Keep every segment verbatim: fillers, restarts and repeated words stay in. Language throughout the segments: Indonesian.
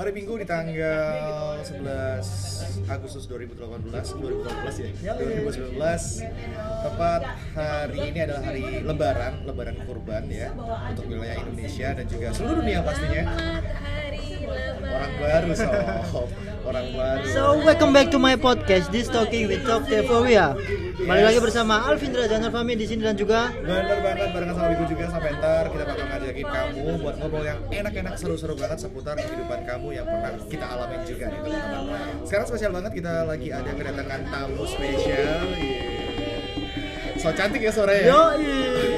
hari Minggu di tanggal sebelas Agustus dua ribu delapan belas dua ribu delapan belas ya dua ribu sembilan belas. Tepat hari ini adalah hari Lebaran, Lebaran Kurban ya untuk wilayah Indonesia dan juga seluruh dunia pastinya. Orang baru sob, orang baru. So welcome back to my podcast, This Talking with Talk Euphoria. Balik lagi bersama Alvin Raja Narfami di sini dan juga bener banget barengan sama Wiku juga. Sampai ntar kita bakal ngajakin kamu buat ngobrol yang enak-enak, seru-seru banget seputar kehidupan kamu yang pernah kita alamin juga nih teman-teman. Sekarang spesial banget, kita lagi ada kedatangan tamu spesial. Yeah. So cantik ya sore ya. Yoi.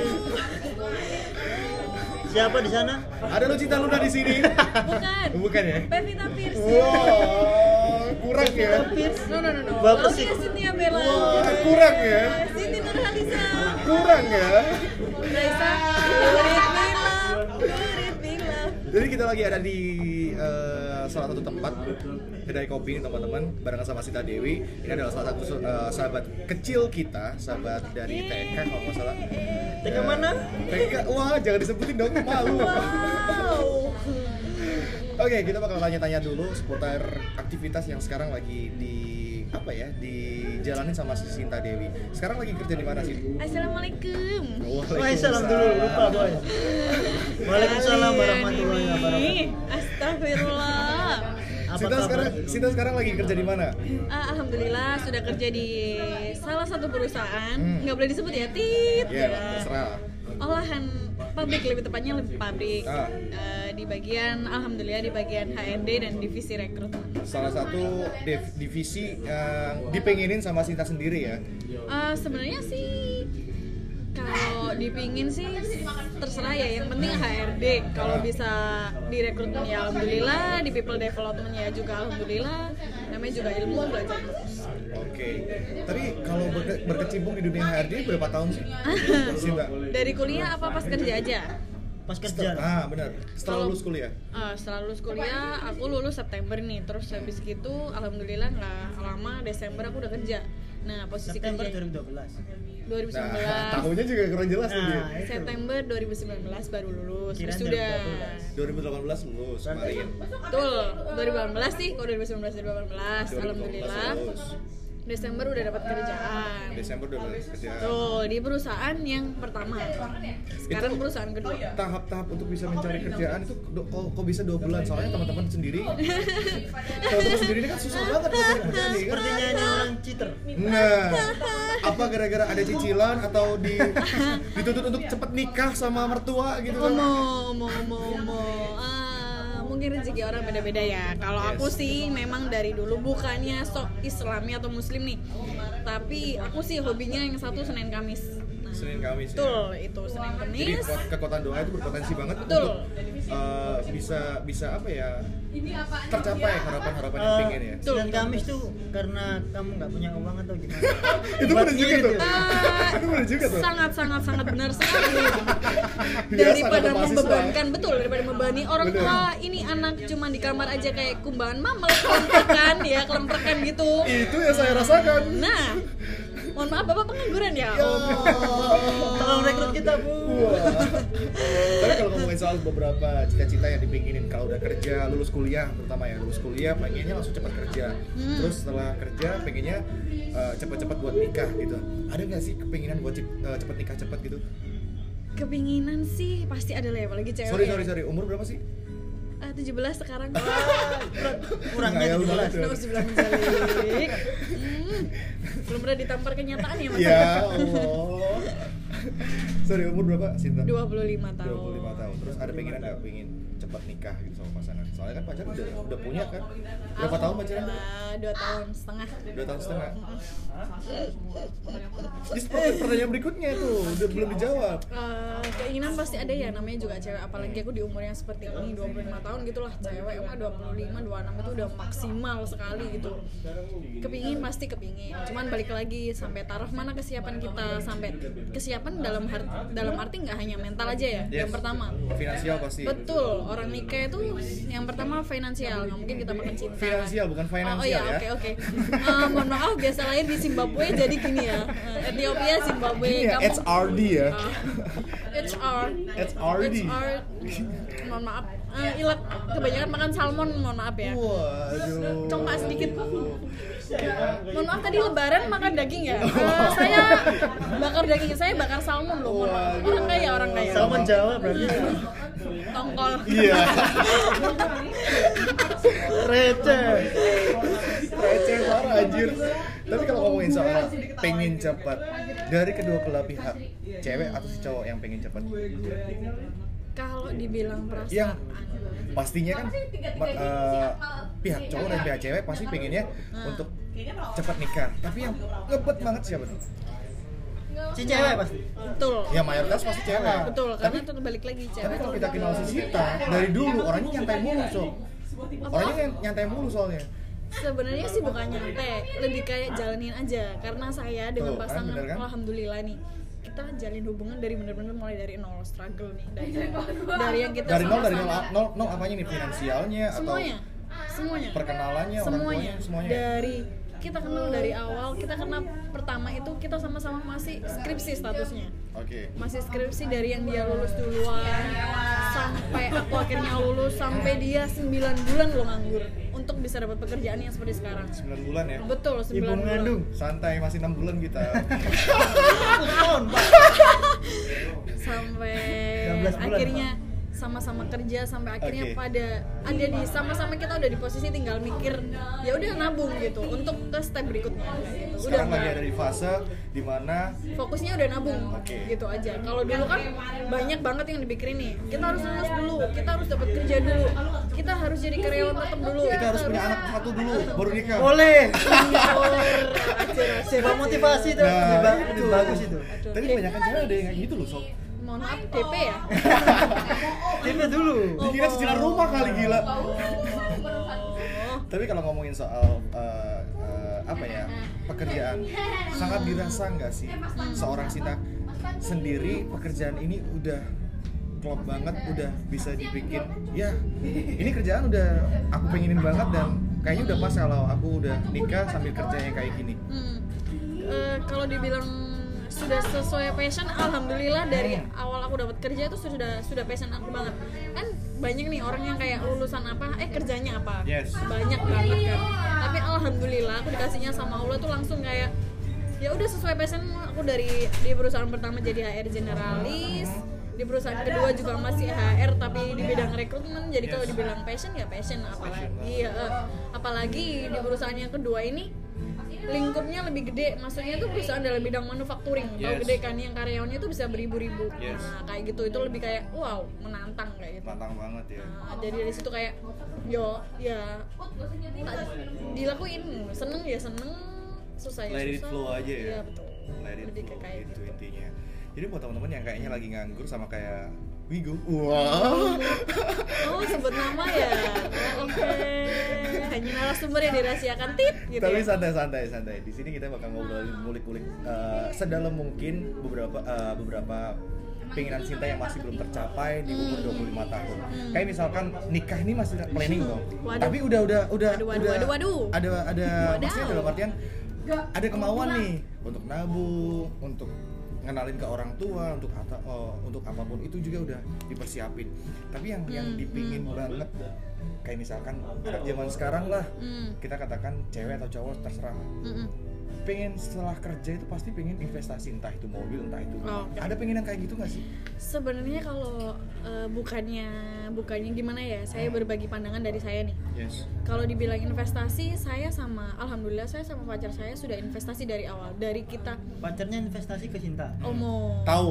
Siapa di sana? Ada Lucinta Luna di sini. Bukan. Bukan ya? Pevita Pierce. Wow, kurang ya. No no no no. Bapak sih. Lautnya Cynthia Bella. Wow, kurang ya. Siti Nurhaliza. Kurang ya. Raisa. Kurit Bila. Kurit Bila. Jadi kita lagi ada di uh, salah satu tempat kedai kopi nih teman-teman, barengan sama Sita Dewi. Ini adalah salah satu uh, sahabat kecil kita, sahabat dari T K kalau nggak salah. T K mana? T K, wah jangan disebutin dong, malu. Wow. Oke, kita bakal tanya-tanya dulu seputar aktivitas yang sekarang lagi di apa ya, dijalanin sama si Sinta Dewi. Sekarang lagi kerja di mana sih? Assalamualaikum. Waalaikumsalam dulu, lupa boy. Waalaikumsalam warahmatullahi wabarakatuh. Astagfirullah. Sinta sekarang, Sinta sekarang lagi kerja di mana? Ah, Alhamdulillah sudah kerja di salah satu perusahaan. Hmm. Nggak boleh disebut ya, tit. Iya, terserah. Olahan pabrik, lebih tepatnya lebih pabrik. Ah. Uh, di bagian alhamdulillah di bagian H R D dan divisi rekrutmen. Salah satu div- divisi yang dipengenin sama Sinta sendiri ya. Uh, sebenarnya sih kalau dipingin sih terserah ya, yang penting H R D. Kalau bisa di rekrutmen ya alhamdulillah, di people development ya juga alhamdulillah. Namanya juga ilmu, belajar terus. Oke. Tapi kalau berke- berkecimpung di dunia H R D berapa tahun sih? Sinta? Dari kuliah apa pas kerja aja? Pas kerja. Ah, benar. Setelah Kalau- lulus kuliah. Uh, setelah lulus kuliah, aku lulus September nih. Terus habis gitu, alhamdulillah nggak lama, Desember aku udah kerja. Nah, posisi September kerja dua ribu dua belas. dua ribu sembilan Nah, belas. tahunnya juga kurang jelas tuh dia. Nah, itu. September dua ribu sembilan belas baru lulus. Kirain Sudah. dua ribu delapan belas lulus kemarin. Betul, dua ribu delapan belas sih, kok dua ribu sembilan belas dua ribu delapan belas. dua ribu delapan belas Alhamdulillah. lulus. Desember udah dapat kerjaan. Desember udah mulai kerja. Tuh, di perusahaan yang pertama. Sekarang Itu- perusahaan kedua. Tahap-tahap untuk bisa mencari kerjaan itu do- kok, kok bisa dua bulan? Soalnya teman-teman sendiri, teman-teman sendiri ini kan susah banget mencari kerjaan nih kan. Sepertinya ini orang cheater. Nah, apa gara-gara ada cicilan atau di dituntut untuk cepet nikah sama mertua gitu kan? Omo, omo, omo, omo. Ah, mungkin rezeki orang beda-beda ya. Kalau Yes. aku sih memang dari dulu bukannya sok Islami atau Muslim nih, tapi aku sih hobinya yang satu Senin Kamis. Nah, Senin Kamis ya? betul, itu Senin Jadi Kamis. kot- kekuatan doa itu berpotensi banget Betul. untuk uh, bisa bisa apa ya, tercapai harapan-harapan yang Eh, pingin ya. Betul. Senin Kamis tuh karena kamu nggak punya uang atau gimana? Itu benar juga tuh. Ah, Itu benar juga tuh. sangat sangat sangat benar sekali. Biasa Daripada kata mahasiswa. membebankan, betul, daripada membebani orang Bener. tua, ini anak cuma di kamar aja kayak kumbangan mamel, kelemprekan ya, kelemprekan gitu. Itu yang saya rasakan. Nah, mohon maaf Bapak pengangguran ya. Ya. Oh. Tolong rekrut kita, Bu. Wah. Tapi kalau ngomongin soal beberapa cita-cita yang dipinginin kalau udah kerja, lulus kuliah terutama ya, lulus kuliah pengennya langsung cepat kerja. Hmm. Terus setelah kerja pengennya uh, cepat-cepat buat nikah gitu. Ada nggak sih kepinginan buat cip- uh, cepat nikah cepat gitu? Kepinginan sih pasti ada lah ya, apalagi cewek. Sorry ya. sorry sorry, umur berapa sih? Ah, tujuh belas sekarang. Kurangnya Ngayal tujuh belas. banget ya. Nauzubillah min dzalik. Hmm. Belum pernah ditampar kenyataan ya Mas. Ya Allah. Sorry, umur berapa Sinta? dua puluh lima tahun. dua puluh lima tahun. Terus ada penginan nggak pengen cepat nikah gitu sama pasangan? Soalnya kan pacar udah udah punya kan? Berapa tahun pacaran? Alhamdulillah, dua tahun setengah. Dua tahun setengah. Di pertanyaan berikutnya tuh udah belum dijawab. Uh, keinginan pasti ada ya, namanya juga cewek, apalagi aku di umur yang seperti ini, dua puluh lima tahun gitulah. Cewek mah dua puluh lima, dua puluh enam itu udah maksimal sekali gitu. Kepingin pasti kepingin. Cuman balik lagi sampai taraf mana kesiapan kita, sampai kesiapan dalam har- dalam arti nggak hanya mental aja ya. Yes. Yang pertama. Finansial pasti. Betul, orang nikah itu Yang pertama finansial, nggak mungkin kita makan cinta. Finansial bukan Oh, finansial oh iya, ya. oke oke. Eh, mohon maaf, biasa lahir di Zimbabwe jadi gini ya. Eh, Ethiopia, Zimbabwe, Gini ya, kamu. H R D ya. H R. H R D. H R. Mohon maaf. Eh, ilat kebanyakan makan salmon, mohon maaf ya. Waduh. Cuma sedikit. Mohon maaf tadi lebaran makan daging ya. Eh, saya bakar daging, saya bakar salmon loh. Mohon maaf. Orang kaya, orang kaya. Salmon Jawa berarti. Tongkol. Iya. Receh. Receh parah anjir. Tapi kalau ngomongin soal pengen cepat dari kedua belah pihak, cewek atau si cowok yang pengen cepat? Kalau dibilang perasaan, Yang pastinya kan ma- eh, pihak cowok dan pihak cewek pasti pengennya untuk cepat nikah. Tapi yang ngebet banget siapa tuh? Si cewek pasti. betul. Ya mayoritas pasti cewek. Betul, Tapi karena tetap balik lagi tapi cewek. kalau kita kenal si Sita dari dulu orangnya nyantai mulu, Sob. Orangnya ny- nyantai mulu soalnya. Sebenarnya sih bukan nyantai, lebih kayak jalanin aja. Karena saya dengan Tuh, kan, pasangan, bener kan? alhamdulillah nih, kita jalin hubungan dari bener-bener mulai dari nol, struggle nih, dari dari yang kita Dari nol dari nol, sama-sama- nol, nol apanya nih, finansialnya atau semuanya, semuanya, perkenalannya, orang semuanya, tuanya, semuanya. dari kita kenal dari awal, kita kenal pertama itu kita sama-sama masih skripsi statusnya. Oke. Masih skripsi dari yang dia lulus duluan sampai aku akhirnya lulus, sampai dia sembilan bulan lo nganggur untuk bisa dapat pekerjaan yang seperti sekarang. sembilan bulan ya. Betul, Ibu sembilan bulan. mengandung. Santai, masih enam bulan kita. Tahun, Pak. Sampai enam belas bulan, akhirnya sama-sama kerja, sampai akhirnya Oke. pada ada di sama-sama kita udah di posisi tinggal mikir ya udah nabung gitu untuk ke step berikutnya gitu. Udah Sekarang lagi ada di fase dimana fokusnya udah nabung Oke. gitu aja. Kalau dulu kan banyak banget yang dipikirin nih, kita harus lulus dulu, kita harus dapat kerja dulu, kita harus jadi karyawan tetap dulu, kita harus punya anak satu dulu baru nikah. Boleh. Ajar, Sebuah motivasi tuh. Nah, lebih, ba- itu. lebih bagus itu. Tapi kebanyakan cewek ada yang kayak gitu loh, Sob. Mohon maaf, D P ya? Kita dulu. Dikira cicilan rumah kali, gila. Oh. Tapi kalau ngomongin soal uh, uh, apa ya, pekerjaan, sangat dirasa nggak sih seorang Sita sendiri pekerjaan ini udah klop banget, udah bisa dibikin ya ini kerjaan udah aku pengenin banget dan kayaknya udah pas kalau aku udah nikah sambil kerja yang kayak gini. Hmm. Eh, kalau dibilang sudah sesuai passion, alhamdulillah dari awal aku dapat kerja itu sudah sudah passion aku banget. Kan banyak nih orang yang kayak lulusan apa, eh kerjanya apa, Yes. banyak banget kan. Tapi alhamdulillah aku dikasihnya sama Allah tuh langsung kayak ya udah sesuai passion aku. Dari di perusahaan pertama jadi H R generalis, di perusahaan kedua juga masih H R tapi di bidang rekrutmen. Jadi kalau dibilang passion ya passion, apalagi ya, eh, apalagi di perusahaan yang kedua ini lingkupnya lebih gede, maksudnya tuh perusahaan dalam bidang manufacturing. Tahu Yes. gede kan, yang karyawannya tuh bisa beribu-ribu. Yes. Nah kayak gitu itu lebih kayak wow, menantang kayak gitu. Mantang banget ya. Nah, jadi dari situ kayak yo ya tak dilakuin, seneng ya seneng, susah ya susah. Let it flow aja ya. Iya betul. Let it Lebih ke flow kayak gitu gitu. intinya. Jadi buat teman-teman yang kayaknya lagi nganggur sama kayak Wigo, wah, Oh sebut nama ya. Oh, oke. Hanya narasumber yang dirahasiakan tit gitu. tapi ya. santai santai santai. Di sini kita bakal ngobrolin ngulik-ngulik uh, sedalam mungkin beberapa uh, beberapa keinginan Sinta yang masih belum tercapai di umur dua puluh lima tahun. Kayak misalkan nikah ini masih planning dong. Waduh. Tapi udah udah udah Waduh, waduh, udah waduh, waduh. ada ada Wadaw. maksudnya dalam artian ada kemauan nih untuk nabung, untuk ngenalin ke orang tua, untuk ata, oh, untuk apapun itu juga udah dipersiapin. Tapi yang yang Hmm, dipingin banget kayak misalkan anak zaman sekarang lah, Hmm. kita katakan cewek atau cowok terserah, Mm-mm. pengen setelah kerja itu pasti pengen investasi, entah itu mobil entah itu rumah. Oh. Ada pengen yang kayak gitu nggak sih? Sebenarnya kalau eh, bukannya bukannya gimana ya, saya berbagi pandangan dari saya nih. Yes. Kalau dibilang investasi, saya sama alhamdulillah saya sama pacar saya sudah investasi dari awal. Dari kita Pacarnya investasi ke Sinta. omo Tahu.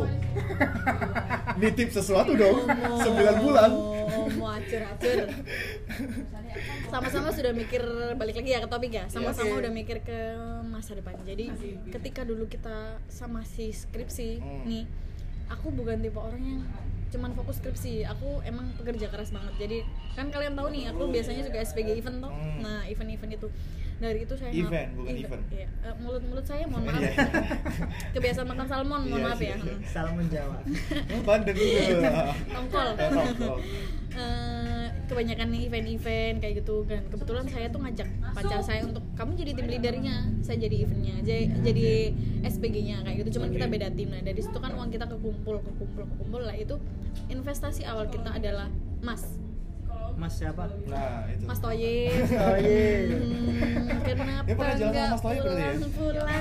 Nitip sesuatu dong. Omo sembilan bulan. Omo acur-acur. Sama-sama sudah mikir, balik lagi ya ke topik ya. Sama-sama Yes. udah mikir ke masa depan. Jadi ketika dulu kita sama si skripsi Hmm. nih, aku bukan tipe orang yang cuman fokus skripsi. Aku emang pekerja keras banget. Jadi kan kalian tahu nih, aku biasanya juga S P G event toh. Hmm. Nah, event-event itu. Dari itu saya Event, bukan event. Iya. Eh, mulut-mulut saya mohon maaf. Iya. Kebiasaan makan salmon, mohon Iya, maaf iya, ya. iya. Salmon Jawa. Oh, bandeng juga. Tongkol. Eh, tongkol. Eh, kebanyakan nih event-event kayak gitu kan. Kebetulan saya tuh ngajak pacar saya untuk kamu jadi tim leadernya, saya jadi eventnya, jadi, jadi S P G-nya kayak gitu. Cuman kita beda tim. Nah dari situ kan uang kita kekumpul, kekumpul, kekumpul lah. Itu investasi awal kita adalah emas. Mas siapa? Nah, itu. Mas Toyib. Toyib. Hmm, kenapa Dia pernah jalan sama nggak Mas Toyib berarti ya? pulang-pulang?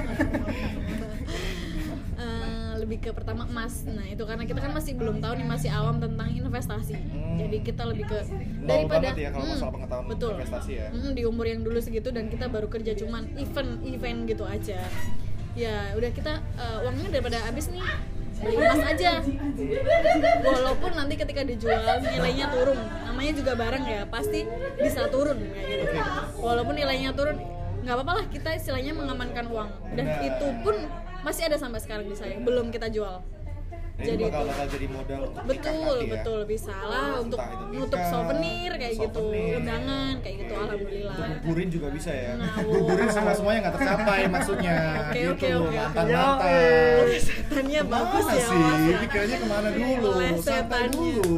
Eh, lebih ke pertama emas. Nah itu karena kita kan masih belum tahu nih, masih awam tentang investasi. Hmm. Jadi kita lebih ke Nol daripada banget ya kalau hmm, masalah pengetahuan betul. investasi ya. Hmm, di umur yang dulu segitu dan kita baru kerja cuman event-event gitu aja. Ya udah kita uh, uangnya daripada habis nih beli emas aja, walaupun nanti ketika dijual nilainya turun, namanya juga barang ya pasti bisa turun kayak gitu. Walaupun nilainya turun nggak apa-apa lah, kita istilahnya mengamankan uang dan Nah. itu pun masih ada sampai sekarang di saya, belum kita jual. Nah, Jadi itu bakal, itu bakal jadi modal untuk nikah betul nanti ya. betul bisa lah untuk Entah itu nutup nikah, souvenir kayak gitu, souvenir. undangan kayak gitu, alhamdulillah. Untuk gugurin juga bisa ya. Nah, Gugurin wow. semua semuanya nggak tercapai maksudnya. Oke, gitu oke, oke, oke. mantan Yo, mantan. eh. Setannya bagus Mana ya, sih? Mas, ya. Pikirannya kemana dulu? Santai Lesetannya. dulu.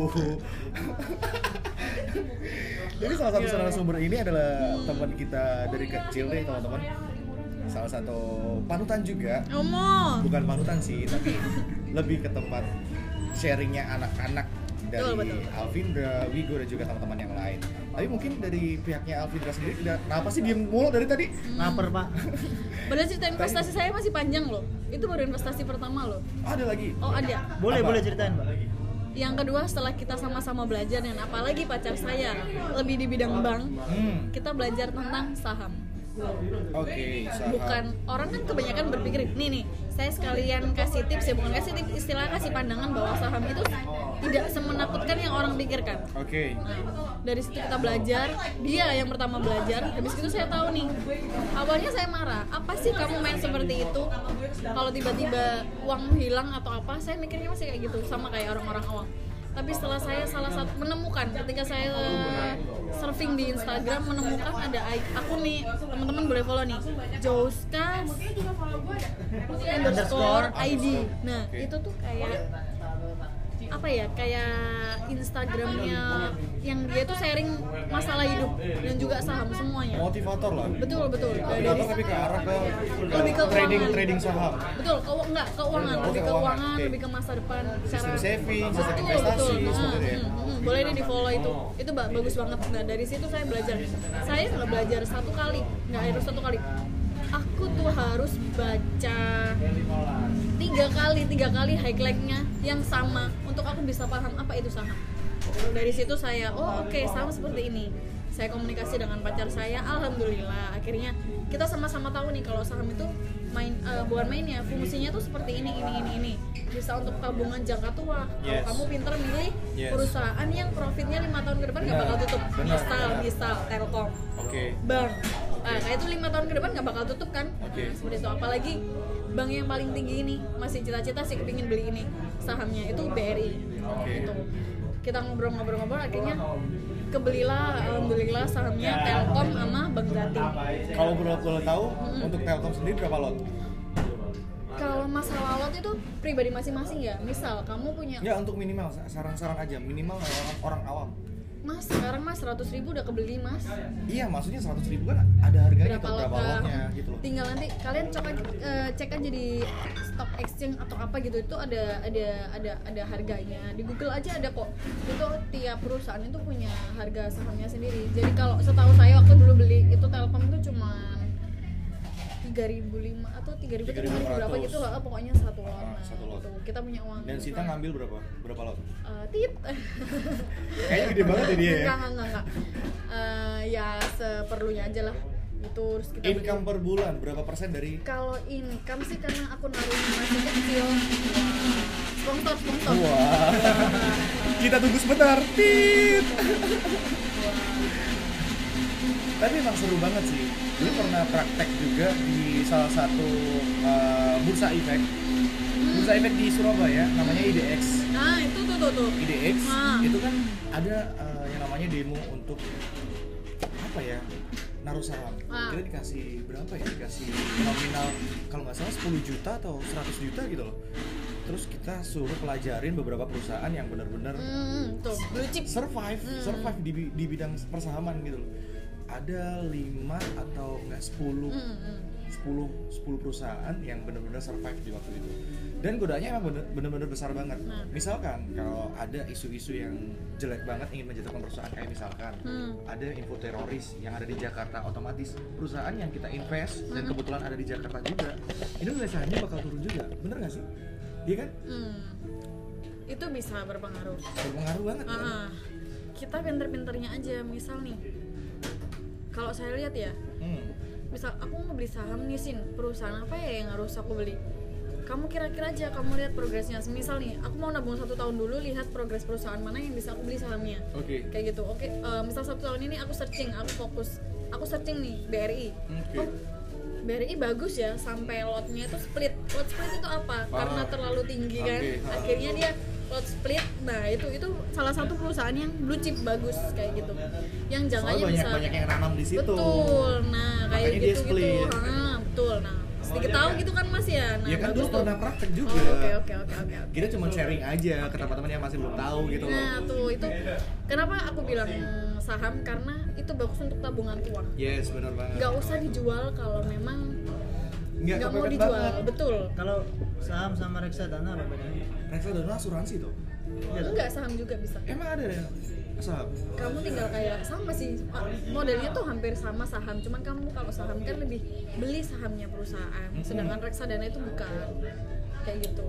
Jadi salah satu narasumber ini adalah teman kita dari kecil nih teman-teman. Salah satu panutan juga. Omo. Bukan panutan sih, tapi lebih ke tempat sharingnya anak-anak dari Betul, betul. Alvindra, Wigo dan juga teman-teman yang lain. Tapi mungkin dari pihaknya Alvindra sendiri, tidak- kenapa sih diem mulu dari tadi? Lapar pak. Padahal cerita investasi saya masih panjang loh. Itu baru investasi pertama loh. Ada lagi. Oh ada. Boleh Apa? boleh ceritain pak. Yang kedua setelah kita sama-sama belajar dan apalagi pacar saya lebih di bidang bank, Hmm. kita belajar tentang saham. Oke, saham. Bukan orang kan kebanyakan berpikir nih nih saya sekalian kasih tips ya, bukan kasih tips, istilah kasih pandangan bahwa saham itu tidak semenakutkan yang orang pikirkan. Oke. Nah, dari situ kita belajar, dia yang pertama belajar, habis itu saya tahu nih, awalnya saya marah, apa sih kamu main seperti itu, kalau tiba-tiba uang hilang atau apa, saya mikirnya masih kayak gitu, sama kayak orang-orang awam. Tapi setelah saya salah satu menemukan, ketika saya surfing di Instagram menemukan ada akun nih, teman-teman boleh follow nih, Joska underscore I D. Nah itu tuh kayak apa ya, kayak Instagramnya yang dia tuh sharing masalah hidup dan juga saham semuanya. Motivator lah. Betul betul. Dari, Motivator tapi ke arah ke, Lebih ke trading keuangan. trading saham. betul, ke, enggak keuangan, Oh, lebih keuangan, keuangan, oke. lebih ke masa depan. Sistem cara- saving, sistem Betul, investasi, betul. seperti itu ya. Hmm, hmm, hmm. Boleh deh di follow itu, itu ba- bagus banget. Nah dari situ saya belajar. Saya nggak belajar satu kali, nggak harus satu kali. Aku tuh harus baca tiga kali, tiga kali highlightnya yang sama untuk aku bisa paham apa itu saham. Dari situ saya, oh oke, saham seperti ini. Saya komunikasi dengan pacar saya, alhamdulillah akhirnya kita sama-sama tahu nih kalau saham itu main uh, bukan main ya, fungsinya tuh seperti ini, ini, ini, ini. Bisa untuk tabungan jangka tua. Kalau Yes. kamu pinter milih Yes. perusahaan yang profitnya lima tahun ke depan nggak bakal tutup. Benar, Misal, benar. misal Telkom, Oke. bank. Nah, kayak itu lima tahun ke depan nggak bakal tutup kan? Oke. Nah, seperti itu. Apalagi bank yang paling tinggi ini masih cita-cita sih kepingin beli ini sahamnya itu B R I. Oke. Gitu. Kita ngobrol-ngobrol-ngobrol akhirnya kebelilah alhamdulillah sahamnya Telkom sama Bank Jatim. Kalau boleh boleh tahu Hmm. untuk Telkom sendiri berapa lot? Kalau masalah lot itu pribadi masing-masing ya. Misal kamu punya Ya untuk minimal saran-saran aja minimal orang, orang awam. Mas sekarang mas seratus ribu udah kebeli mas. Iya maksudnya seratus ribu kan ada harganya Berapa tuh berapa lot, lotnya eh, gitu loh. tinggal nanti kalian cek aja, eh, cek aja di stock exchange atau apa gitu, itu ada ada ada ada harganya di Google aja ada kok. Itu tiap perusahaan itu punya harga sahamnya sendiri. Jadi kalau setahu saya waktu dulu beli itu Telkom itu cuma tiga ribu lima atau tiga ribu tiga ribu lima ratus. berapa gitu lah, pokoknya satu lot. Ah, Nah, satu lot. gitu. Kita punya uang. Dan Sita ngambil berapa? Berapa lot? Eh, tit. Kayaknya gede banget ya dia ya. Enggak, enggak, enggak, enggak. Eh, ya seperlunya aja lah. Itu terus kita beli. Income per bulan berapa persen dari? Kalau income sih karena aku naruhnya masih kecil. Wah. Sponsor, sponsor. Wah. Kita tunggu sebentar. Tit. Tapi emang seru banget sih. Dulu pernah praktek juga di salah satu uh, bursa efek. Bursa efek di Surabaya namanya I D X. Nah, itu tuh tuh tuh. I D X Ah. itu kan ada uh, yang namanya demo untuk apa ya? Naruh saham. Ah. Kira dikasih berapa ya? Dikasih nominal kalau nggak salah sepuluh juta atau seratus juta gitu loh. terus kita suruh pelajarin beberapa perusahaan yang benar-benar Hmm, tuh blue chip. survive, Hmm. survive di, bi- di bidang persahaman gitu loh. Ada lima atau enggak sepuluh Hmm, hmm. sepuluh sepuluh perusahaan yang benar-benar survive di waktu itu. Dan godaannya emang bener- bener-bener besar banget. Nah. Misalkan kalau ada isu-isu yang jelek banget ingin menjatuhkan perusahaan, kayak misalkan Hmm. ada info teroris yang ada di Jakarta, otomatis perusahaan yang kita invest dan Hmm. kebetulan ada di Jakarta juga, itu nilai sahamnya bakal turun juga. Bener nggak sih? Iya kan? Hmm. Itu bisa berpengaruh. Berpengaruh banget kan? Ah, kita pinter-pinternya aja, misal nih, kalau saya lihat ya, Hmm. misal aku mau beli saham nih Sin, perusahaan apa ya yang harus aku beli? Kamu kira-kira aja, kamu lihat progresnya. Misal nih, aku mau nabung satu tahun dulu, lihat progres perusahaan mana yang bisa aku beli sahamnya. Oke. Kayak gitu. Oke, eh, misal satu tahun ini aku searching, aku fokus, aku searching nih B R I. Oke. Oh, B R I bagus ya, sampai lotnya itu split. Lot split itu apa? Paham. Karena terlalu tinggi kan. Oke, paham. Akhirnya dia lot split. Nah, itu itu salah satu perusahaan yang blue chip bagus kayak gitu. Yang Soalnya jangkanya banyak bisa banyak yang nanam di situ. betul. Nah, kayak Makanya dia gitu split. gitu. Ah, betul. Nah, sedikit tahu gitu kan Mas ya. Nah, Ya kan bagus dulu tuh. pernah praktek juga. Oh, Oke, oke, oke, oke, oke. Kita cuma sharing aja ke teman-teman yang masih belum tahu gitu loh. Nah, tuh itu kenapa aku bilang saham, karena itu bagus untuk tabungan tua. Yes, benar banget. Nggak usah dijual kalau memang Nggak nggak mau kepepet dijual. banget. Betul. Kalau saham sama reksadana apa bedanya? Reksadana asuransi tuh. Iya, Enggak, saham juga bisa. Emang ada ya saham? Kamu tinggal kayak sama sih, modelnya tuh hampir sama saham, cuman kamu kalau saham kan lebih beli sahamnya perusahaan, sedangkan reksadana itu bukan kayak gitu.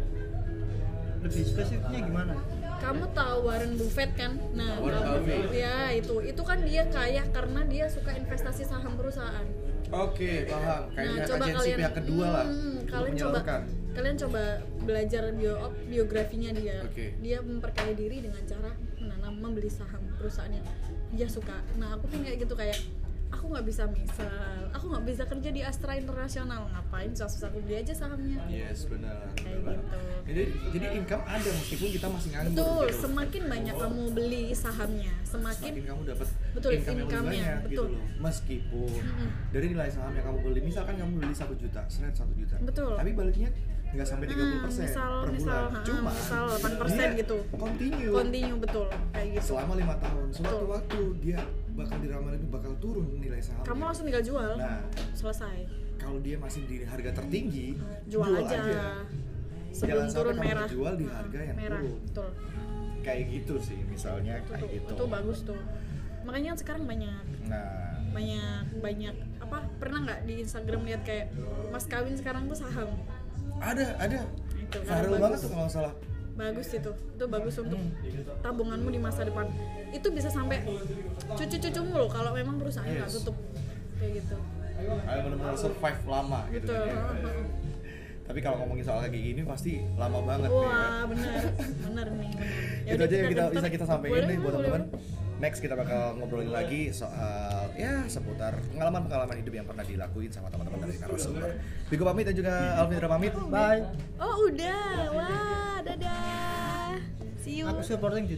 lebih spesifiknya gimana? Kamu tahu Warren Buffett kan? Nah, Warren kamu- Buffett. ya itu itu kan dia kaya karena dia suka investasi saham perusahaan. Oke, paham. Kayak Nah, pihak coba agensi kalian pihak kedua lah. hmm, untuk kalian coba menyalurkan. kalian coba belajar bio biografinya dia. Oke. Dia memperkaya diri dengan cara menanam membeli saham perusahaannya. Dia suka. Nah, aku pengen kayak gitu, kayak aku nggak bisa misal, aku nggak bisa kerja di Astra Internasional, ngapain susah-susah aku beli aja sahamnya. Yes, benar. Kayak benar. gitu. Jadi jadi income ada meskipun kita masih nganggur. Betul, gitu. semakin banyak kamu beli sahamnya, semakin Semakin kamu dapat Betul, income yang lebih income-nya, banyak gitu betul. loh. Meskipun Mm-mm. dari nilai saham yang kamu beli, misalkan kamu beli satu juta, seret satu juta. Betul. Tapi baliknya nggak sampai tiga puluh persen Hmm, misal per bulan. misal ha, Cuma misal delapan persen dia gitu. Continue. Continue betul kayak gitu. Selama lima tahun, suatu Betul. waktu dia bakal diramal itu bakal turun nilai saham. Kamu langsung tinggal jual. Nah. Selesai. Kalau dia masih di harga tertinggi, Jual, aja. Sebelum Jangan sampai turun kamu merah. jual di harga yang merah. turun. Betul. Kayak gitu sih, misalnya Itu, kayak tuh, gitu. itu bagus tuh. Makanya sekarang banyak Nah, banyak banyak apa pernah nggak di Instagram lihat kayak mas kawin sekarang tuh saham. ada ada Itu kan viral bagus. banget tuh kalau nggak salah. Bagus itu. Itu bagus untuk Hmm. tabunganmu di masa depan. Itu bisa sampai cucu-cucumu loh kalau memang perusahaannya nggak Yes. tutup. Kayak gitu. Kayak benar-benar survive lama gitu. Betul. ya. Tapi kalau ngomongin soal kayak gini pasti lama banget nih ya. Wah, benar. Benar nih, benar. Ya Itu udah, aja yang kita kita- bisa kita sampaikan boleh, nih buat boleh, teman-teman. boleh. Next kita bakal ngobrolin lagi soal ya seputar pengalaman-pengalaman hidup yang pernah dilakuin sama teman-teman dari narasumber. Bigo pamit dan juga Alvindra pamit. Bye. Oh, udah. Wah, dadah. See you. Aku supporting